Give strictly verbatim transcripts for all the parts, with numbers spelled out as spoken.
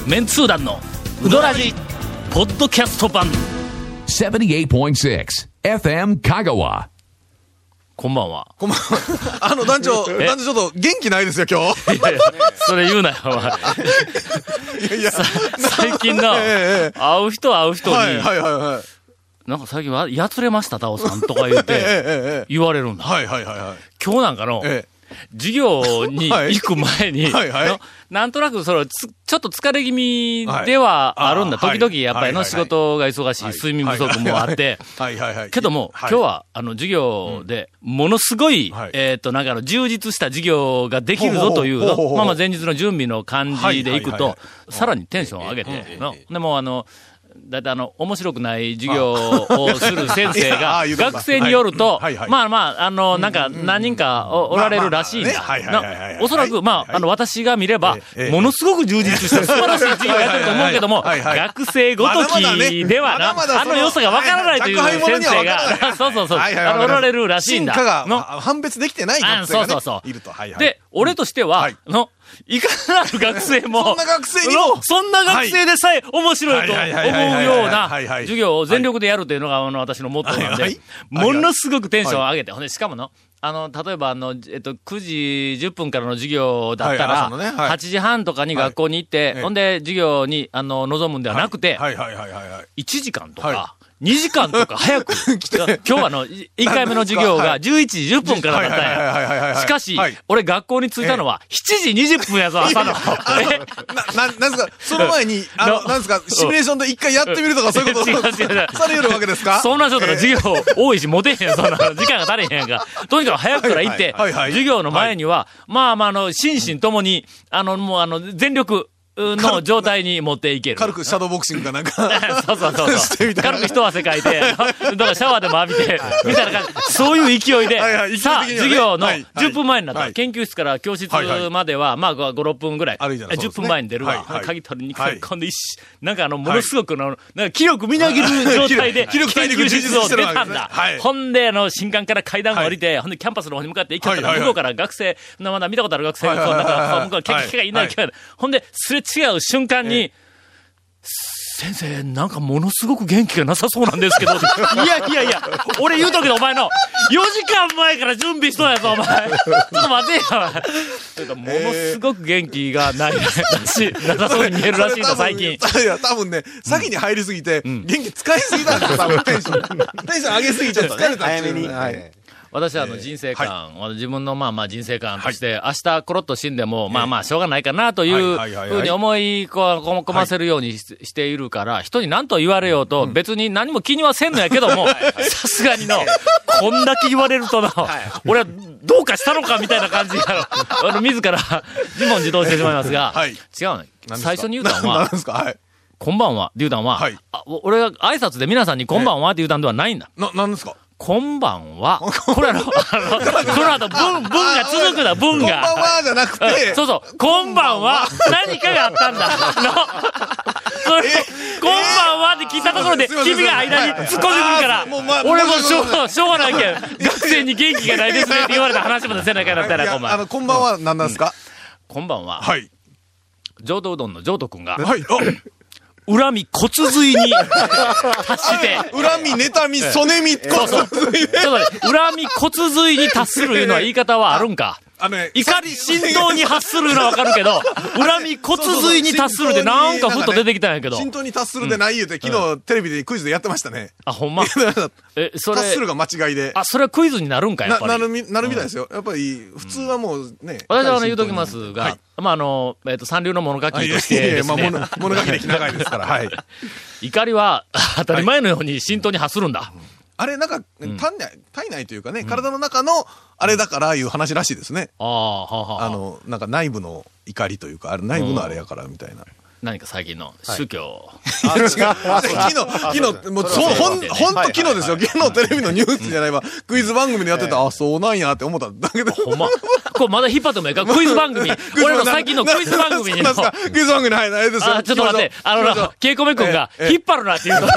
メンツー団のウドラジポッドキャスト版ななじゅうはちてんろく エフエム 香川。 こんばんは。 こんばんは。あの団長、団長ちょっと元気ないですよ今日。 いやいやそれ言うなよお前。 いやいや最近な、 ええ、 会う人会う人に、 はいはいはいはい、 なんか最近はやつれましたタオさんとか言ってええええ、 言われるんだ。 はいはいはいはい。 今日なんかの、 ええ、 授業に行く前に、 はいはいはい、 なんとなくそれつちょっと疲れ気味ではあるんだ。 はい、 時々やっぱりの、 はい、 仕事が忙しい、はい、睡眠不足もあって、 はいはいはい、 けども、はい、今日はあの授業でものすごい、はい、えっとなんかの充実した授業ができるぞというの、まあまあ前日の準備の感じでいくと、さらにテンションを上げての、でもあの。だいたいあの、面白くない授業をする先生が、学生によると、まあまあ、あの、なんか、何人かおられるらしいんだ。おそらく、まあ、あの、私が見れば、ものすごく充実した素晴らしい授業をやってると思うけども、学生ごときではな、あの良さがわからないという先生が、そうそうそう、あの、おられるらしいんだ。 進化が判別できてない学生がね、いると。 で、俺としては、の、いかなる学生も、 そんな学生にも、 そんな学生でさえ面白いと思うような授業を全力でやるというのがあの私のモットーなんで、ものすごくテンションを上げて、ほんで、しかもの、あの、例えばあの、えっと、くじじゅっぷんからの授業だったら、はちじはんとかに学校に行って、ほんで、授業に、あの、臨むんではなくて、いちじかんとか、にじかんとか早く、今日はの、いっかいめの授業がじゅういちじじゅっぷんからだったんや。しかし、俺学校に着いたのはしちじにじゅっぷんやぞ、朝の。 えな、な、なんですか、その前に、あの、なんですか、シミュレーションで一回やってみるとかそういうことをされるわけですか？ そんな人とか授業多いし、モテへん、そんな、時間が足りへんやんか。とにかく早くから行って、授業の前には、まあまあ、あの、心身ともに、あの、もうあの、全力、の状態に持っていける。 軽くシャドーボクシングかなんか。 そうそうそうそう。軽く一汗かいて、だからシャワーでも浴びて、みたいな感じ。そういう勢いで、はいはい、さあ、授業のじゅっぷんまえになった。はい、研究室から教室までは、まあご、ろっぷんぐらい。いじゅっぷんまえに出るわ。はいはい、鍵取りに込んで、なんかあの、ものすごくの、なんか気力みなぎる状態で、研究室を出たんだ。はい、ほんで、あの、新館から階段を降りて、ほんで、キャンパスの方に向かって行きよったら、向こうから学生、まだ見たことある学生が、なんか、向こう、ケケケがいない、ほんで、すれ違う瞬間に、ええ、先生、なんかものすごく元気がなさそうなんですけど、いやいやいや、俺言うとくけどお前の、よじかんまえから準備しとんやぞ、お前。ちょっと待てよ。ものすごく元気がないらしい、なさそうに見えるらしいんだ、最近。 いや、多分ね、先に入りすぎて、元気使いすぎたんだよ、多分テンション。テンション上げすぎちゃって疲れた。早めに。はい。 私はあの人生観、えーはい、自分のまあまあ人生観として、はい、明日コロッと死んでも、まあまあしょうがないかなというふうに思い込ませるように し,、はい、しているから、人に何と言われようと、別に何も気にはせんのやけども、さすがにの、こんだけ言われるとの、俺はどうかしたのかみたいな感じが、あの自ら自問自答してしまいますが、はい、違うね。最初に言うたんは、こんばんはって言うたんは、はい、あ俺が挨拶で皆さんにこんばんはって言うたんではないんだ。 な、なんですか？ こんばんは。これあの、あの、この後文、文が続くな、文が。 こんばんはじゃなくて。 そうそう、こんばんは。何かがあったんだ。の、それ、こんばんはって聞いたところで、君が間に突っ込んでくるから、俺もしょう、しょうがないけん、学生に元気がないですねって言われた話までせなきゃなったら、こんばんは。 あの、こんばんは何なんですか？ こんばんは。 はい。 浄土うどんの浄土くんが。 はい。 恨み骨髄に達して。 恨み、妬み、そねみ、骨髄で。 ちょっとね、恨み骨髄に達するいうのは言い方はあるんか。あのね、怒り心頭に発するのはわかるけど、恨み骨髄に達するでなんかふっと出てきたんやけど。 心頭に達するでない言うて、昨日テレビでクイズでやってましたね。 あ、ほんま。 え、それ。達するが間違いで。 あ、それはクイズになるんか、やっぱり。 なるみ、なるみたいですよ。やっぱり、普通はもうね。 私はあの言うときますが、まああの、えっと、三流の物書きとしてですね。 物書き歴長いですから、はい。 怒りは当たり前のように心頭に発するんだ。 あれ、なんか、体内、体内というかね、体の中の、あれだからいう話らしいですね。ああ、ははあの、なんか内部の怒りというか、あれ内部のあれやから、みたいな。 何か最近の宗教。 あ、違う。昨日、昨日、もう、そう、ほん、ほんと昨日ですよ。昨日テレビのニュースじゃないわ。クイズ番組でやってた、あ、そうなんやって思っただけど。 ほんま。これまだ引っ張ってもいいかクイズ番組。俺の最近のクイズ番組にの。 クイズ番組の、はい、あれですよ。 あ、ちょっと待って、あのな、ケイコメ君が、引っ張るなっていうと。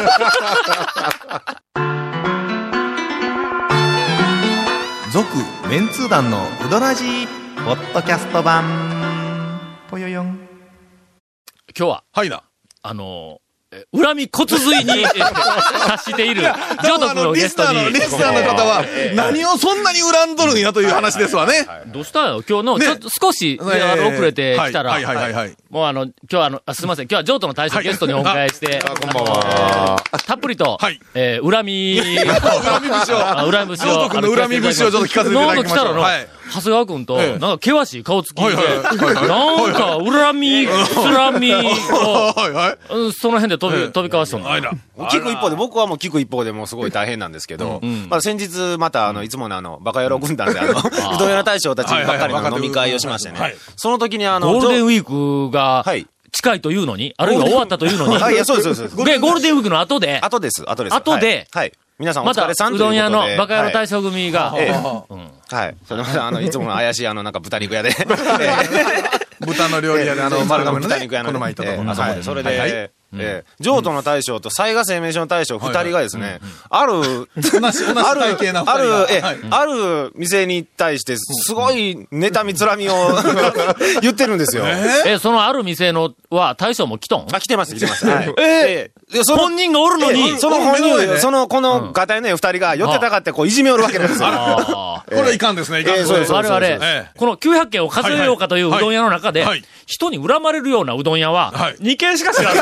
続メンツー団のウドラジポッドキャスト版ぽよよん。 今日は、 はいな。 あの、恨み骨髄に達している、ジョート君をゲストに。 リスナーの方は、何をそんなに恨んどるんやという話ですわね。 どうしたよ今日の、ちょっと少し、あの、遅れてきたら、 はいはいはいはい。 もうあの、今日はあの、すみません、今日はジョートの大将ゲストにお迎えして、 こんばんは。 たっぷりと、えー、恨み、 恨み節を、 恨み節を、 ジョート君の恨み節をちょっと聞かせていただきましょう。 なんか来たらの、長谷川君と、なんか険しい顔つきで、なんか恨み、恨みを、その辺で飛び、飛び交わしとんの。 聞く一方で、僕はもう聞く一方でもうすごい大変なんですけど、まあ先日またあの、いつものあの、バカ野郎軍団であの、うどん屋の大将たちばっかりの飲み会をしましてね。その時にあの、 ゴールデンウィークが、近いというのに、あるいは終わったというのに。 はい、いや、そうです、そうです。 で、ゴールデンウィークの後で。 後です、後です。 後で。 はい。皆さんお疲れさんということで。 また、うどん屋のバカ野郎大将組が。 はい。その、あの、いつもの怪しいあの、なんか豚肉屋で。 豚の料理屋で、あの、丸亀の豚肉屋の。 この前行ったとこ。 あそこで。それで、えー、譲渡の大将と災害生命書の大将二人がですね、ある、ある、ある、え、ある店に対して、すごい妬みつらみを言ってるんですよ。 え、そのある店のは大将も来とん？ あ、来てます、来てます。 え本人がおるのに、 その本人、その、このガタイの二人が寄ってたかってこういじめおるわけなんですよ。 これいかんですね、いかんですね。 我々、このきゅうひゃっけんを数えようかといううどん屋の中で、人に恨まれるようなうどん屋は、にけんしか知らない。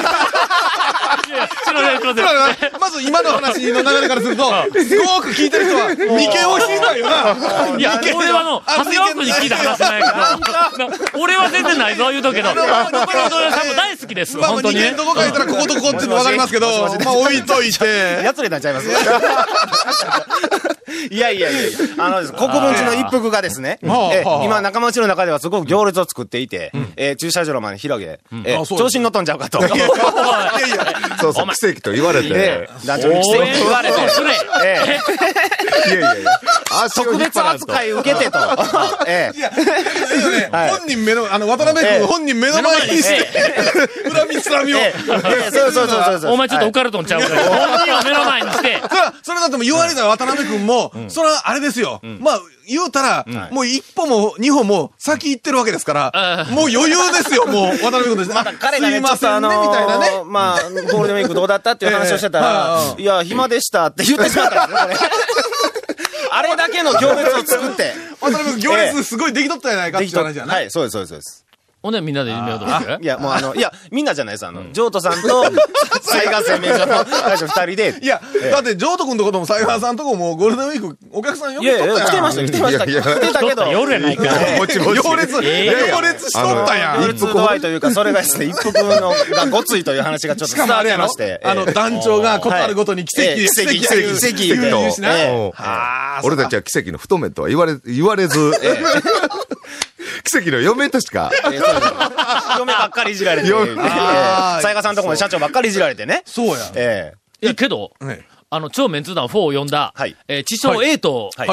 まず今の話の流れからすると、すごく聞いてる人は、にけんを知りたいよな。 いや、俺はの、長谷川君に聞いた話なんやけど、俺は全然ないぞ言うとくけど、このうどん屋さんも大好きです、本当に。 にけんどこか言ったらこことここっていうの分かりますけど、まあ置いといて。 やつれになっちゃいます。いやいやいやあのです、国分寺の一服がですね、え今仲間内の中ではすごく行列を作っていて、え駐車場の前に広げ、え調子に乗っとんちゃうかと。いやいや、 そうそう、奇跡と言われて。 団長に奇跡と言われて。 いやいやいや、 特別扱い受けてと。ええ。本人目の、あの、渡辺君本人目の前にして、恨みつらみを。 そうそうそうそう。 お前ちょっと浮かれとんちゃうから。本人を目の前にして。 それだっても言われたら渡辺君も、それはあれですよ。まあ、言うたら、もう一歩も二歩も先行ってるわけですから、もう余裕ですよ、もう渡辺君として。 また彼がね、ちょっとあの、まあ、ゴールデンウィークどうだったっていう話をしてたら、いや、暇でしたって言ってしまったんですね、これ。あれだけの行列を作って。 渡辺君、行列すごいできとったじゃないかっていう話じゃない。 はい、そうです、そうです、そうです。 ほんでみんなでいじめようと思って。 いや、もうあの、いや、みんなじゃないです。あの、ジョートさんと、災害生命所の大将二人で。 いや、だって、ジョート君のことも災害さんとこもゴールデンウィークお客さんよく来とったやん。 いやいや、来てました、来てました。来てたけど。 夜やないか。 もちもち。行列、行列しとったやん。 行列度合いというか、それがですね、一服のがごついという話がちょっと伝わってまして。 あの、団長がことあるごとに奇跡、 奇跡、奇跡、奇跡言うしな。 俺たちは奇跡の太めとは言われ、言われず、奇跡の嫁としか。 嫁ばっかりいじられて。雑賀さんとこも社長ばっかりいじられてね。 そうや。 ええ。いや、けど、あの、超メンツ団フォーを呼んだ、えー、地上エイトから、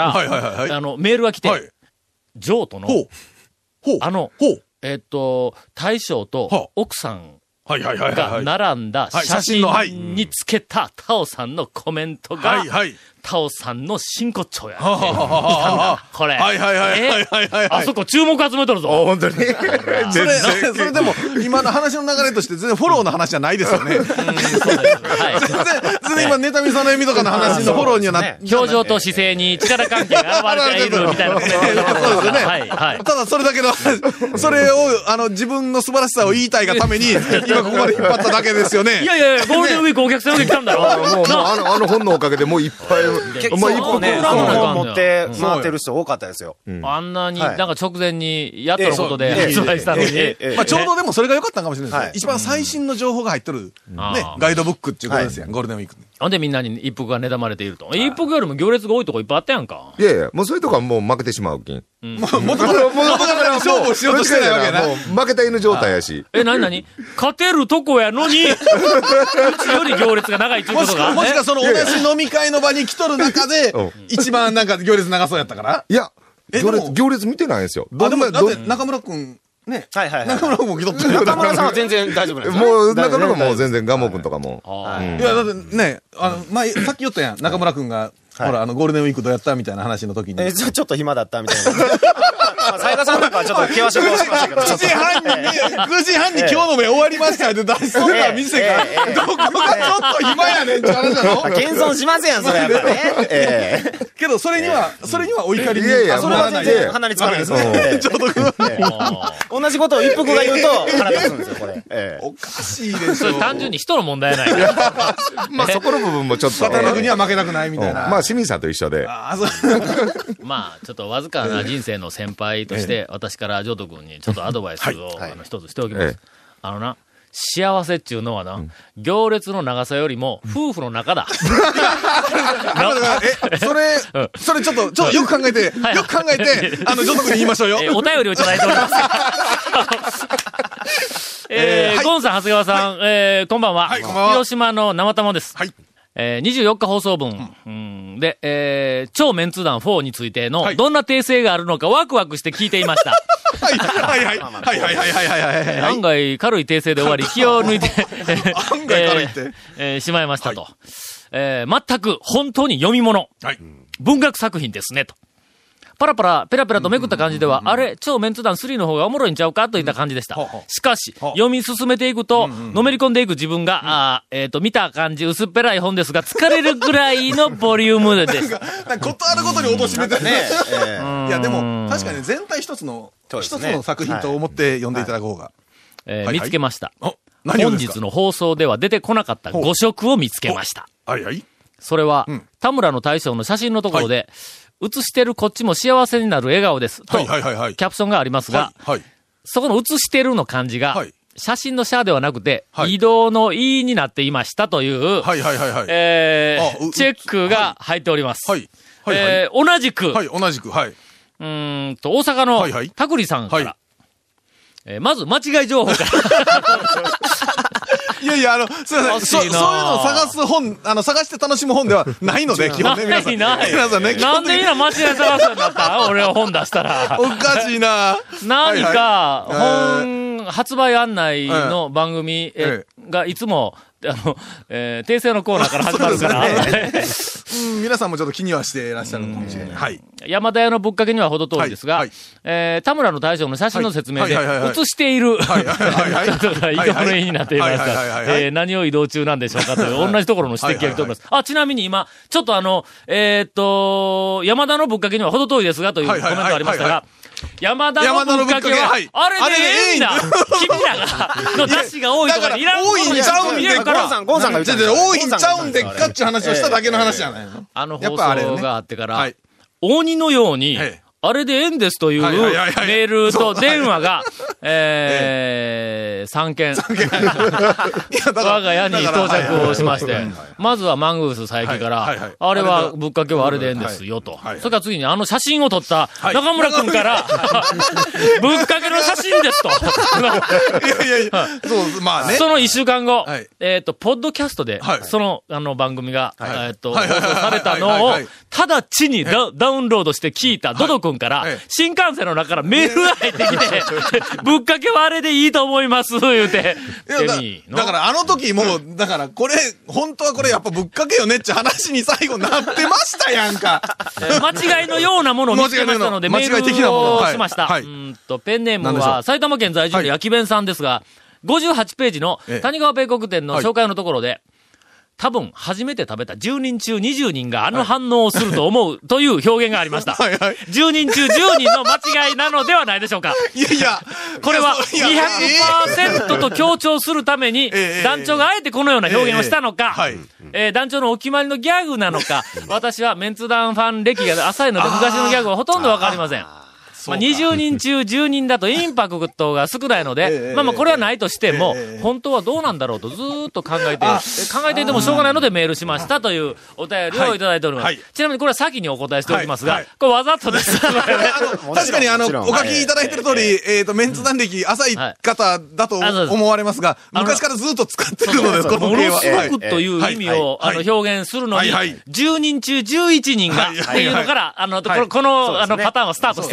あの、メールが来て、ジョートの、あの、えっと、大将と奥さんが並んだ写真につけたタオさんのコメントが、タオさんの真骨頂や。これ。 はいはいはいはいはい。 あそこ注目集めとるぞ。 本当に。それ、 それでも、今の話の流れとして全然フォローの話じゃないですよね。そうです。はい。全然今、ネタミさんの意味とかの話のフォローにはなって。 表情と姿勢に力関係が現れているみたいなことですね。 そうですよね。はいはい。ただそれだけの、それを、あの、自分の素晴らしさを言いたいがために、今ここまで引っ張っただけですよね。 いやいやいや、ゴールデンウィークお客さんが来たんだろ。 もう、あの、あの本のおかげでもういっぱい。 結構ね、本持って回ってる人多かったですよ。 あんなに、なんか直前に、やっとのことで発売したのに。 まあちょうどでもそれが良かったかもしれないですね。一番最新の情報が入っとる、ね、ガイドブックっていうことですやん、ゴールデンウィーク。 ほんでみんなに一服が妬まれていると。一服よりも行列が多いとこいっぱいあったやんか。 いやいや、もうそういうとこはもう負けてしまうきん。 もともとから勝負をしようとしてないわけな。 もう負けた犬状態やし。 え、なになに勝てるとこやのに、うちより行列が長いっていうことが。 もしかその同じ飲み会の場に来とる中で、一番なんか行列長そうやったからいや、行列、行列見てないんですよ。 あ、でも、だって中村くん、ね。 はいはいはい。 中村くんも来とったよ。中村さんは全然大丈夫です。 もう、中村くんも全然ガモくんとかも。 いや、だってね、あの、前、さっき言ったやん、中村くんが、ほら、あの、ゴールデンウィークどうやったみたいな話の時に。 え、ちょっと暇だったみたいな。 あ、雑賀さんなんかはちょっと険しくしましたけど。 くじはんに、くじはんに今日の目終わりましたって出しそうな店が、どこがちょっと暇やねんって話なの？ 謙遜しませんやん、それやっぱね。ええ。 けど、それには、それにはお怒りに。 いやいや、 それは全然鼻につかないですね。 ちょっと同じことを一服が言うと腹立つんですよ、これ。 おかしいでしょ。 それ単純に人の問題やないか。 まあそこの部分もちょっと。 渡辺には負けたくないみたいな。 まあ清水さんと一緒で。 まあ、ちょっとわずかな人生の先輩として、私からジョート君にちょっとアドバイスを、あの、一つしておきます。あのな、幸せっちゅうのはな、行列の長さよりも、夫婦の中だ。 え、それ、それちょっと、ちょっとよく考えて、よく考えて、あの、ジョート君に言いましょうよ。 お便りをいただいております。えー、ゴンさん、長谷川さん、えー、こんばんは。広島の生玉です。はい。えー、にじゅうよっか放送分、うん、で、えー、超メンツ団フォーについての、どんな訂正があるのかワクワクして聞いていました。 はい、はい、はい、はい、はい、はい、はい、はい。 案外軽い訂正で終わり、気を抜いて、 案外軽いって。 えー、しまいましたと。えー、全く本当に読み物。はい。文学作品ですね、と。パラパラ、ペラペラとめくった感じでは、あれ、超メンツ団スリーの方がおもろいんちゃうかといった感じでした。しかし、読み進めていくと、のめり込んでいく自分が、あえっと、見た感じ、薄っぺらい本ですが、疲れるぐらいのボリュームです。 ことあるごとに落としめてね。いや、でも、確かに全体一つの、一つの作品と思って読んでいただく方が。 えー、見つけました。本日の放送では出てこなかったご色を見つけました。 はいはい。 それは、田村の大将の写真のところで、写してるこっちも幸せになる笑顔です。と、キャプションがありますが、そこの写してるの漢字が、写真のシャではなくて、移動のいになっていましたという、えー、チェックが入っております。えー、同じく、 はい、同じく、はい。 うーんと、大阪の、たくりさんから、えー、まず間違い情報から。 いやいや、あの、すいません。そ、そういうのを探す本、あの、探して楽しむ本ではないので、基本ね、皆さん。 ない、 皆さんね、 なんでみんな間違い探すんだった俺は本出したら。 おかしいな何か、本、発売案内の番組がいつも、あの、えー、訂正のコーナーから始まるから。 うん、皆さんもちょっと気にはしていらっしゃるかもしれない。はい。 山田屋のぶっかけにはほど遠いですが、はいはい、えー、田村の大将の写真の説明で、写している、移動の絵になっていますが、えー、何を移動中なんでしょうかという、同じところの指摘が来ております。あ、ちなみに今、ちょっとあの、えー、っと、山田のぶっかけにはほど遠いですが、というコメントがありましたが、山田のぶっかけは、あれでええんだ君らが、の出汁が多いとかでいらんことに見れるから。 ゴンさんが言ってた。 多いんちゃうんでっかっちゅう話をしただけの話じゃないの？ あの放送があってから、鬼のように、あれでええんですというメールと電話が、えー、さんけん。我が家に到着をしまして、まずはマングース佐伯から、あれはぶっかけはあれでええんですよと。それから次にあの写真を撮った中村くんから、ぶっかけの写真ですと。 いやいやいや、そう、まあね。 その一週間後、えっと、ポッドキャストで、その、あの番組が、えっと、放送されたのを、直ちにダウンロードして聞いたドド君から、新幹線の中からメールが入ってきて、ぶっかけはあれでいいと思います、言うて。 だからあの時もう、だからこれ、本当はこれやっぱぶっかけよねって話に最後なってましたやんか。 間違いのようなものを見つけましたので、メールをしました。うんと、ペンネームは埼玉県在住の焼き弁さんですが、ごじゅうはちページの谷川米国店の紹介のところで、多分、初めて食べたじゅうにん中にじゅうにんがあの反応をすると思うという表現がありました。はいはい、じゅうにん中じゅうにんの間違いなのではないでしょうか。 いやいや、 これはにひゃくパーセント と強調するために、団長があえてこのような表現をしたのか、えー、団長のお決まりのギャグなのか、私はメンツ団ファン歴が浅いので昔のギャグはほとんどわかりません。まあ、にじゅうにん中じゅうにんだとインパクトが少ないので、まあまあこれはないとしても、本当はどうなんだろうとずーっと考えて、考えていてもしょうがないのでメールしましたというお便りをいただいております。ちなみにこれは先にお答えしておきますが、これわざとです。 確かにあの、お書きいただいてる通り、えっと、メンツ団歴浅い方だと思われますが、昔からずっと使ってるのです、このものすごくという意味を表現するのに、じゅうにん中じゅういちにんがっていうのから、あの、この、あの、パターンはスタートしております。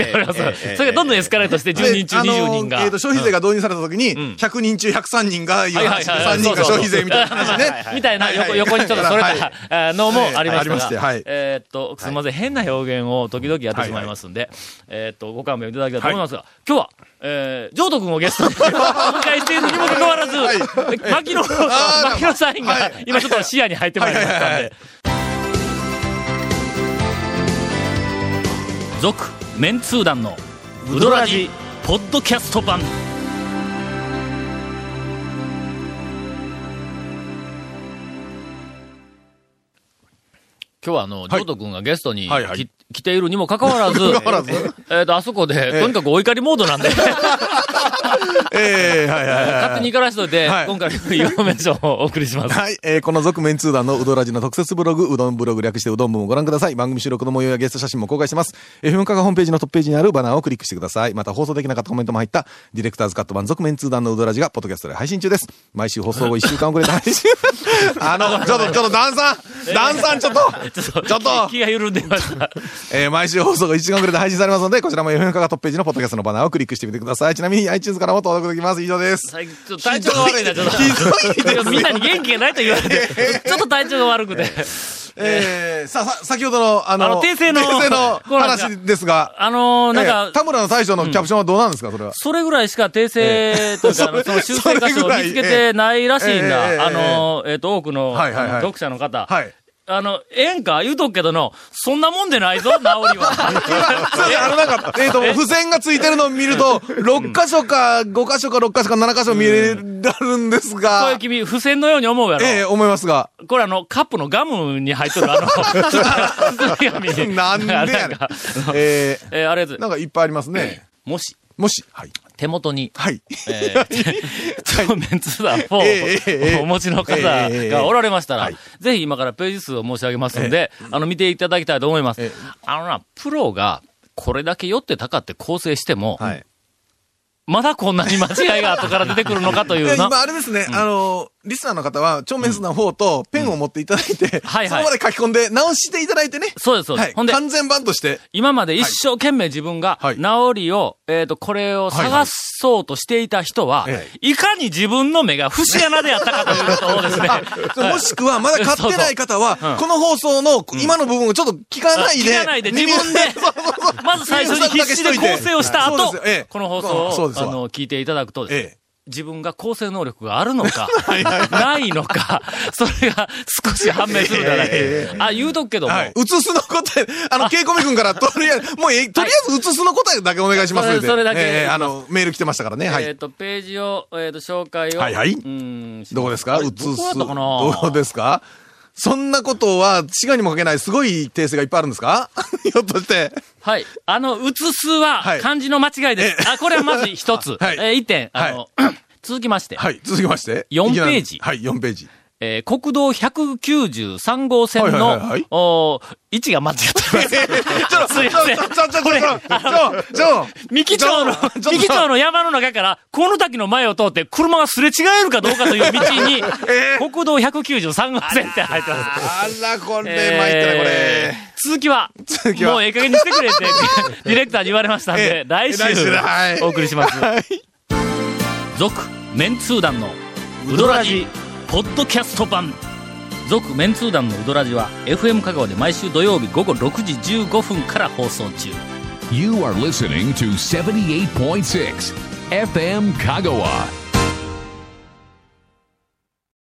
そうそれがどんどんエスカレートしてじゅうにん中にじゅうにんが。 えっと、消費税が導入された時に、ひゃくにん中ひゃくさんにんが言う話で、さんにんが消費税みたいな話ね。 みたいな横横にちょっとそれたのもありましたが、 はい、 えっと、すみません、変な表現を時々やってしまいますんで、えっと、ご勘弁いただきたいと思いますが、今日は、えー、ジョート君をゲストにお迎えしているにもかかわらず、牧野、牧野サインが今ちょっと視野に入ってまいりましたんで。続、メンツー団のウドラジポッドキャスト版。今日はあの、ジョート君がゲストに、はいはい、来ているにもかかわらず、えっと、あそこで、えー、とにかくお怒りモードなんで、 えー、はいはいはい。 勝手に怒らせといて、はい、今回のインフォメーションをお送りします。 はい、えー、この続面通談のうどらじの特設ブログ、うどんブログ略してうどん部もご覧ください。番組収録の模様やゲスト写真も公開してます。エフエム カがホームページのトップページにあるバナーをクリックしてください。また放送できなかったコメントも入ったディレクターズカット版続面通談のうどらじがポッドキャストで配信中です。毎週放送後いっしゅうかん遅れて配信。あの、ちょっと、ちょっと、ダンさんダンさんちょっとちょっと気が緩んでました。 えー、毎週放送後いっしゅうかん遅れて配信されますので、こちらも エフエム カがトップページのポッドキャストのバナーをクリックしてみてください。ちなみに iTunes からも登録できます。以上です。 ちょっと体調が悪いな、ちょっと。ひどいみんなに元気がないと言われて、ちょっと体調が悪くて。 えー、さ、さ、先ほどの、あの、 あの訂正の、 訂正の話ですが、 あのー、なんか、 えー、田村の大将のキャプションはどうなんですか、それは。 それぐらいしか訂正というか、えー、その修正箇所を見つけてないらしいんだ。えー、あのー、えっ、ー、と、多くの、はいはいはい、読者の方。はい。あの、ええんか言うとくけどの、そんなもんでないぞ、治りは。 あの、なんか、えっ、ー、と、付箋がついてるのを見ると、ろっかしょか、ごかしょか、ろっかしょか、ななかしょ見えるんですが。 これ君、付箋のように思うやろ。 ええー、思いますが。 これあの、カップのガムに入っとる、あの、包み紙に。 なんでやねん。えー、 えー、あれなんかいっぱいありますね。 もし。 もし。はい。 手元に、 はい。 えー、メンツだ、フォーをお持ちの方がおられましたら、ぜひ今からページ数を申し上げますんで、あの、見ていただきたいと思います。あのな、プロがこれだけ寄ってたかって構成しても、はい、まだこんなに間違いが後から出てくるのかというの。 今あれですね、うん、あの、リスナーの方は、超メンツな方とペンを持っていただいて、うんはいはい、その場で書き込んで直していただいてね。 そうです、そうです。はい、 ほんで、完全版として。 今まで一生懸命自分が、直りを、はい、えっ、ー、と、これを探そうとしていた人は、はいはい、いかに自分の目が節穴であったかということをですね。 もしくは、まだ買ってない方は、そうそう、この放送の今の部分をちょっと聞かないで。 聞かないで、自分で、まず最初に必死で構成をした後、ええ、この放送を、あの、聞いていただくとですね。ええ、自分が構成能力があるのか、ないのか、それが少し判明するんじゃない。えー、あ、言うとくけども。はい、 うつすの答え、あの、ケイコミ君から、とりあえず、もうえ、とりあえずうつすの答えだけお願いしますので。 それだけ。 えー、あの、メール来てましたからね。はい。 えっと、ページを、えっと、紹介を。 はいはい。うん。どこですか？うつす。どうですか？そんなことは、滋賀にもかけないすごい訂正がいっぱいあるんですか？ひょっとして。 はい。あの、うつすは、漢字の間違いです。はい、あ、これはまず一つ。はい。えー、一点。あの、はい、続きまして。 はい。続きまして。 よんページ。 はい、よんページ。 えー、国道ひゃくきゅうじゅうさん号線の、はいはいはいはい、お位置が間違ってます。ちょ、すいません。ちょ、ちょ、ちょ、これ、ちょ、ちょ、三木町の、三木町の山の中から、この滝の前を通って車がすれ違えるかどうかという道に、えー、国道ひゃくきゅうじゅうさん号線って入ってます。 あら、これ、参ったな、これ。 続きは、続きはもうええ加減にしてくれって、ディレクターに言われましたんで、来週、お送りします。続、メンツー団の、ウドラジ、ポッドキャスト版。続メンツー団のウドラジは エフエム 香川で毎週土曜日午後ろくじじゅうごふんから放送中。 You are listening to seventy-eight point six エフエム 香川。